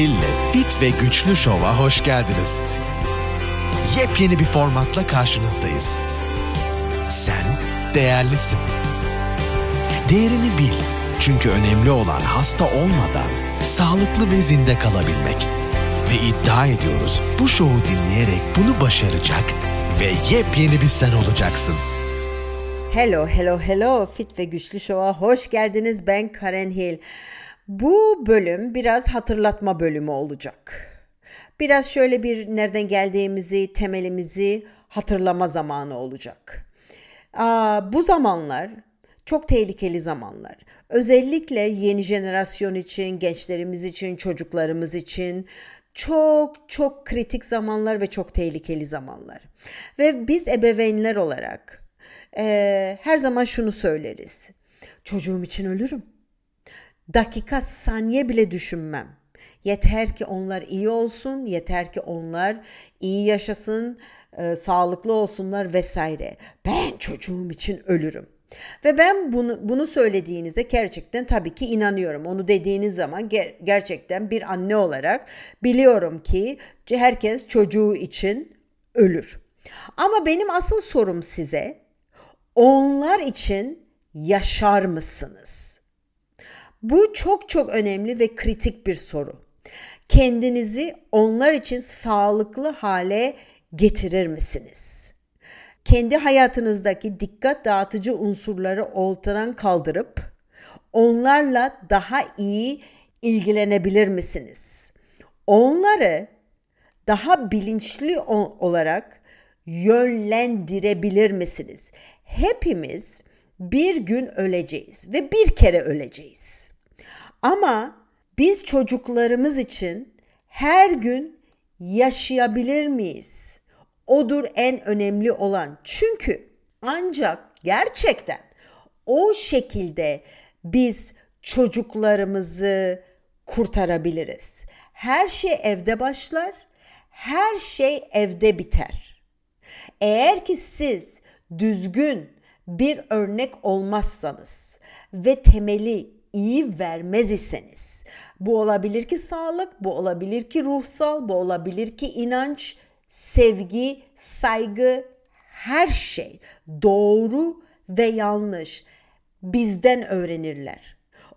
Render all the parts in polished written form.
Hil'le Fit ve Güçlü Şov'a hoş geldiniz. Yepyeni bir formatla karşınızdayız. Sen değerlisin. Değerini bil. Çünkü önemli olan hasta olmadan sağlıklı ve zinde kalabilmek. Ve iddia ediyoruz bu şovu dinleyerek bunu başaracak ve yepyeni bir sen olacaksın. Hello. Fit ve Güçlü Şov'a hoş geldiniz. Ben Karen Hill. Bu bölüm biraz hatırlatma bölümü olacak. Biraz şöyle bir nereden geldiğimizi, temelimizi hatırlama zamanı olacak. Bu zamanlar çok tehlikeli zamanlar. Özellikle yeni jenerasyon için, gençlerimiz için, çocuklarımız için çok kritik zamanlar ve çok tehlikeli zamanlar. Ve biz ebeveynler olarak her zaman şunu söyleriz. Çocuğum için ölürüm. Dakika, saniye bile düşünmem. Yeter ki onlar iyi olsun, yeter ki onlar iyi yaşasın, sağlıklı olsunlar vesaire. Ben çocuğum için ölürüm. Ve ben bunu söylediğinize gerçekten tabii ki inanıyorum. Onu dediğiniz zaman gerçekten bir anne olarak biliyorum ki herkes çocuğu için ölür. Ama benim asıl sorum size, onlar için yaşar mısınız? Bu çok önemli ve kritik bir soru. Kendinizi onlar için sağlıklı hale getirir misiniz? Kendi hayatınızdaki dikkat dağıtıcı unsurları ortadan kaldırıp onlarla daha iyi ilgilenebilir misiniz? Onları daha bilinçli olarak yönlendirebilir misiniz? Hepimiz bir gün öleceğiz ve bir kere öleceğiz. Ama biz çocuklarımız için her gün yaşayabilir miyiz? Odur en önemli olan. Çünkü ancak gerçekten o şekilde biz çocuklarımızı kurtarabiliriz. Her şey evde başlar, her şey evde biter. Eğer ki siz düzgün bir örnek olmazsanız ve temeli iyi vermez iseniz, bu olabilir ki sağlık, bu olabilir ki ruhsal, bu olabilir ki inanç, sevgi, saygı, her şey doğru ve yanlış bizden öğrenirler.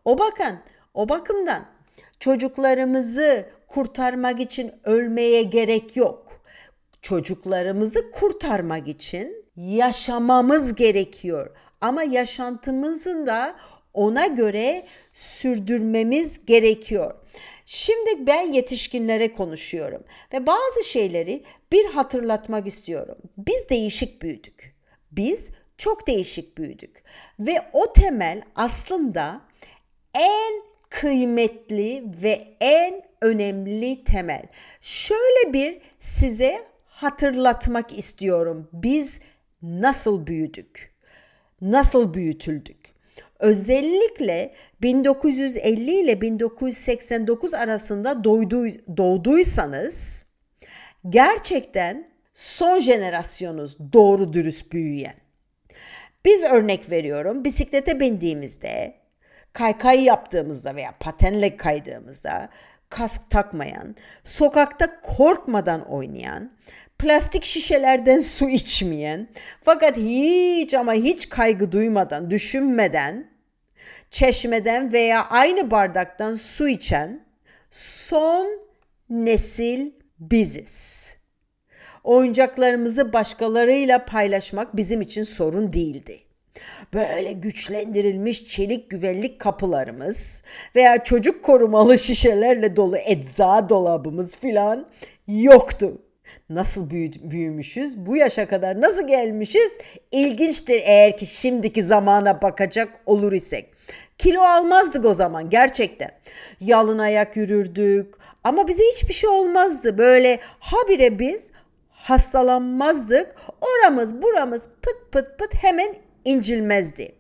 O bakımdan çocuklarımızı kurtarmak için ölmeye gerek yok. Çocuklarımızı kurtarmak için yaşamamız gerekiyor. Ama yaşantımızı da ona göre sürdürmemiz gerekiyor. Şimdi ben yetişkinlere konuşuyorum ve bazı şeyleri bir hatırlatmak istiyorum. Biz değişik büyüdük. Biz çok değişik büyüdük. Ve o temel aslında en kıymetli ve en önemli temel. Şöyle bir size hatırlatmak istiyorum. Biz nasıl büyüdük? Nasıl büyütüldük? Özellikle 1950 ile 1989 arasında doğduysanız gerçekten son jenerasyonuz doğru dürüst büyüyen. Biz örnek veriyorum, bisiklete bindiğimizde, kaykay yaptığımızda veya patenle kaydığımızda kask takmayan, sokakta korkmadan oynayan, plastik şişelerden su içmeyen, fakat hiç kaygı duymadan, düşünmeden, çeşmeden veya aynı bardaktan su içen son nesil biziz. Oyuncaklarımızı başkalarıyla paylaşmak bizim için sorun değildi. Böyle güçlendirilmiş çelik güvenlik kapılarımız veya çocuk korumalı şişelerle dolu ecza dolabımız filan yoktu. Nasıl büyümüşüz? Bu yaşa kadar nasıl gelmişiz? İlginçtir eğer ki şimdiki zamana bakacak olur isek. Kilo almazdık o zaman gerçekten. Yalın ayak yürürdük ama bize hiçbir şey olmazdı. Böyle habire biz hastalanmazdık. Oramız buramız pıt hemen incilmezdi.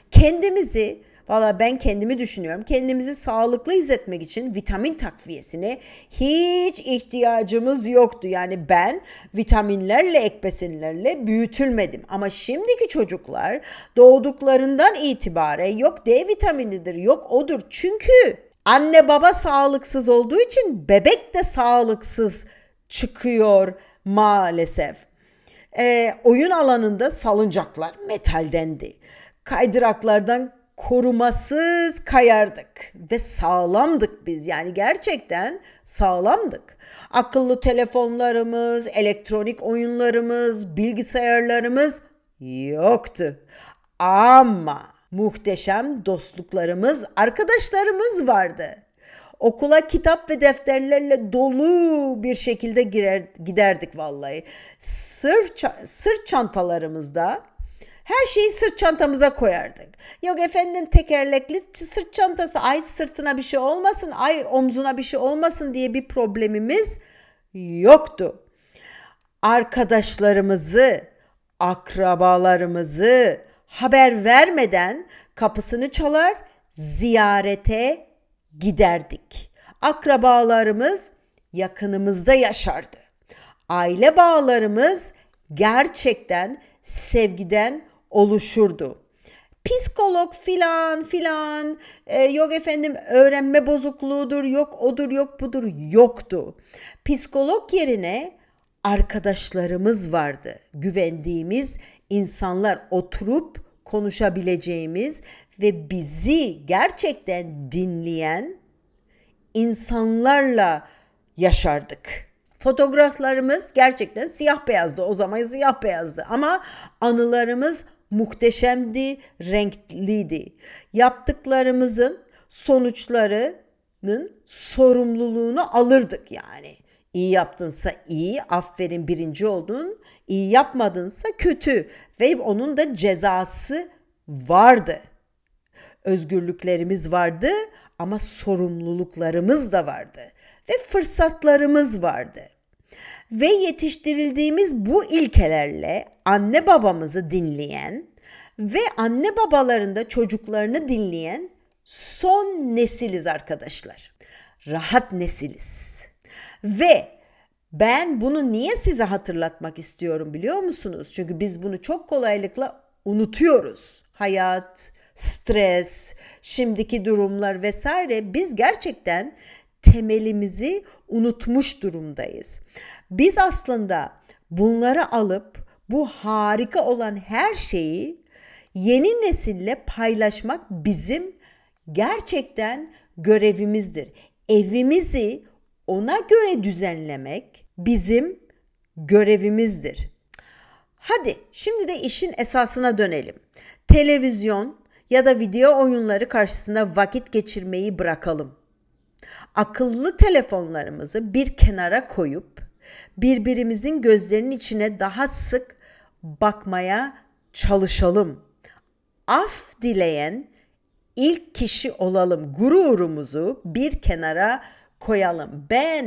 Ben kendimi düşünüyorum. Kendimizi sağlıklı hissetmek için vitamin takviyesine hiç ihtiyacımız yoktu. Yani ben vitaminlerle, ek besinlerle büyütülmedim. Ama şimdiki çocuklar doğduklarından itibaren yok D vitaminidir, yok odur. Çünkü Anne baba sağlıksız olduğu için bebek de sağlıksız çıkıyor maalesef. Oyun alanında salıncaklar metaldendi. Kaydıraklardan korumasız kayardık ve sağlamdık biz, yani gerçekten sağlamdık. Akıllı telefonlarımız, elektronik oyunlarımız, bilgisayarlarımız yoktu. Ama muhteşem dostluklarımız, arkadaşlarımız vardı. Okula kitap ve defterlerle dolu bir şekilde giderdik vallahi. Sırt çantalarımızda her şeyi sırt çantamıza koyardık. Yok efendim tekerlekli sırt çantası, ay sırtına bir şey olmasın, ay omzuna bir şey olmasın diye bir problemimiz yoktu. Arkadaşlarımızı, akrabalarımızı haber vermeden kapısını çalar, ziyarete giderdik. Akrabalarımız yakınımızda yaşardı. Aile bağlarımız gerçekten sevgiden oluşurdu. Psikolog filan, yok efendim öğrenme bozukluğudur, yok odur, yok budur, yoktu. Psikolog yerine arkadaşlarımız vardı. Güvendiğimiz insanlar, oturup konuşabileceğimiz ve bizi gerçekten dinleyen insanlarla yaşardık. Fotoğraflarımız gerçekten siyah beyazdı. O zaman siyah beyazdı ama anılarımız muhteşemdi, renkliydi. Yaptıklarımızın sonuçlarının sorumluluğunu alırdık yani. İyi yaptınsa iyi, aferin birinci oldun. İyi yapmadınsa kötü ve onun da cezası vardı. Özgürlüklerimiz vardı ama sorumluluklarımız da vardı ve fırsatlarımız vardı. Ve yetiştirildiğimiz bu ilkelerle anne babamızı dinleyen ve anne babalarında çocuklarını dinleyen son nesiliz arkadaşlar. Rahat nesiliz. Ve ben bunu niye size hatırlatmak istiyorum biliyor musunuz? Çünkü biz bunu çok kolaylıkla unutuyoruz. Hayat, stres, şimdiki durumlar vesaire, biz gerçekten temelimizi unutmuş durumdayız. Biz aslında bunları alıp bu harika olan her şeyi yeni nesille paylaşmak bizim gerçekten görevimizdir. Evimizi ona göre düzenlemek bizim görevimizdir. Hadi şimdi de işin esasına dönelim. Televizyon ya da video oyunları karşısında vakit geçirmeyi bırakalım. Akıllı telefonlarımızı bir kenara koyup birbirimizin gözlerinin içine daha sık bakmaya çalışalım. Af dileyen ilk kişi olalım. Gururumuzu bir kenara koyalım.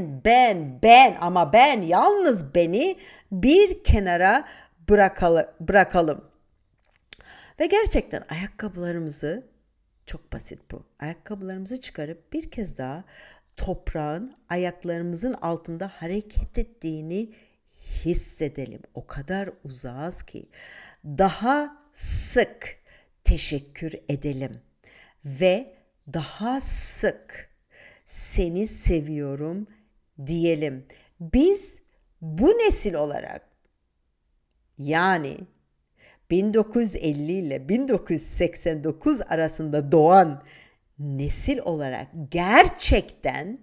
Ben ama ben, yalnız beni bir kenara bırakalım. Ve gerçekten ayakkabılarımızı, çok basit bu, ayakkabılarımızı çıkarıp bir kez daha toprağın ayaklarımızın altında hareket ettiğini hissedelim. O kadar uzağız ki daha sık teşekkür edelim ve daha sık seni seviyorum diyelim. Biz bu nesil olarak, yani 1950 ile 1989 arasında doğan nesil olarak gerçekten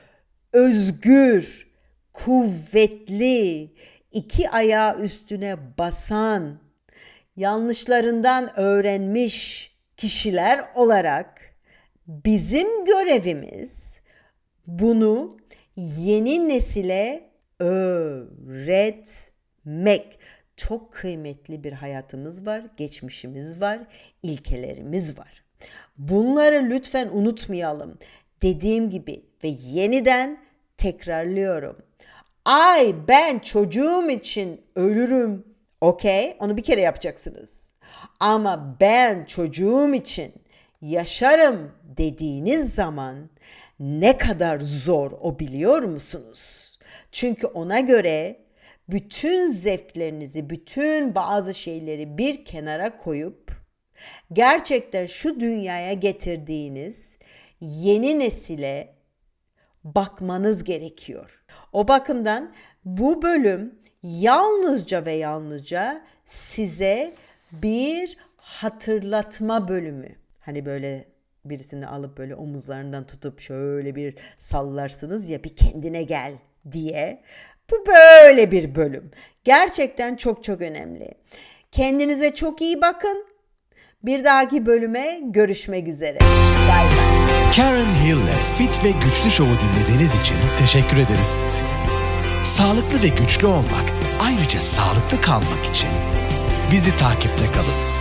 özgür, kuvvetli, iki ayağı üstüne basan, yanlışlarından öğrenmiş kişiler olarak bizim görevimiz bunu yeni nesile öğretmek. Çok kıymetli bir hayatımız var, geçmişimiz var, ilkelerimiz var. Bunları lütfen unutmayalım. Dediğim gibi ve yeniden tekrarlıyorum. Ay ben çocuğum için ölürüm. Okey, onu bir kere yapacaksınız. Ama ben çocuğum için yaşarım dediğiniz zaman ne kadar zor o, biliyor musunuz? Çünkü ona göre bütün zevklerinizi, bütün bazı şeyleri bir kenara koyup gerçekten şu dünyaya getirdiğiniz yeni nesile bakmanız gerekiyor. O bakımdan bu bölüm yalnızca ve yalnızca size bir hatırlatma bölümü. Hani böyle birisini alıp böyle omuzlarından tutup şöyle bir sallarsınız ya, bir kendine gel diye. Bu böyle bir bölüm. Gerçekten çok çok önemli. Kendinize çok iyi bakın. Bir dahaki bölüme görüşmek üzere. Bye bye. Karen Hill'le Fit ve Güçlü Show'u dinlediğiniz için teşekkür ederiz. Sağlıklı ve güçlü olmak, ayrıca sağlıklı kalmak için bizi takipte kalın.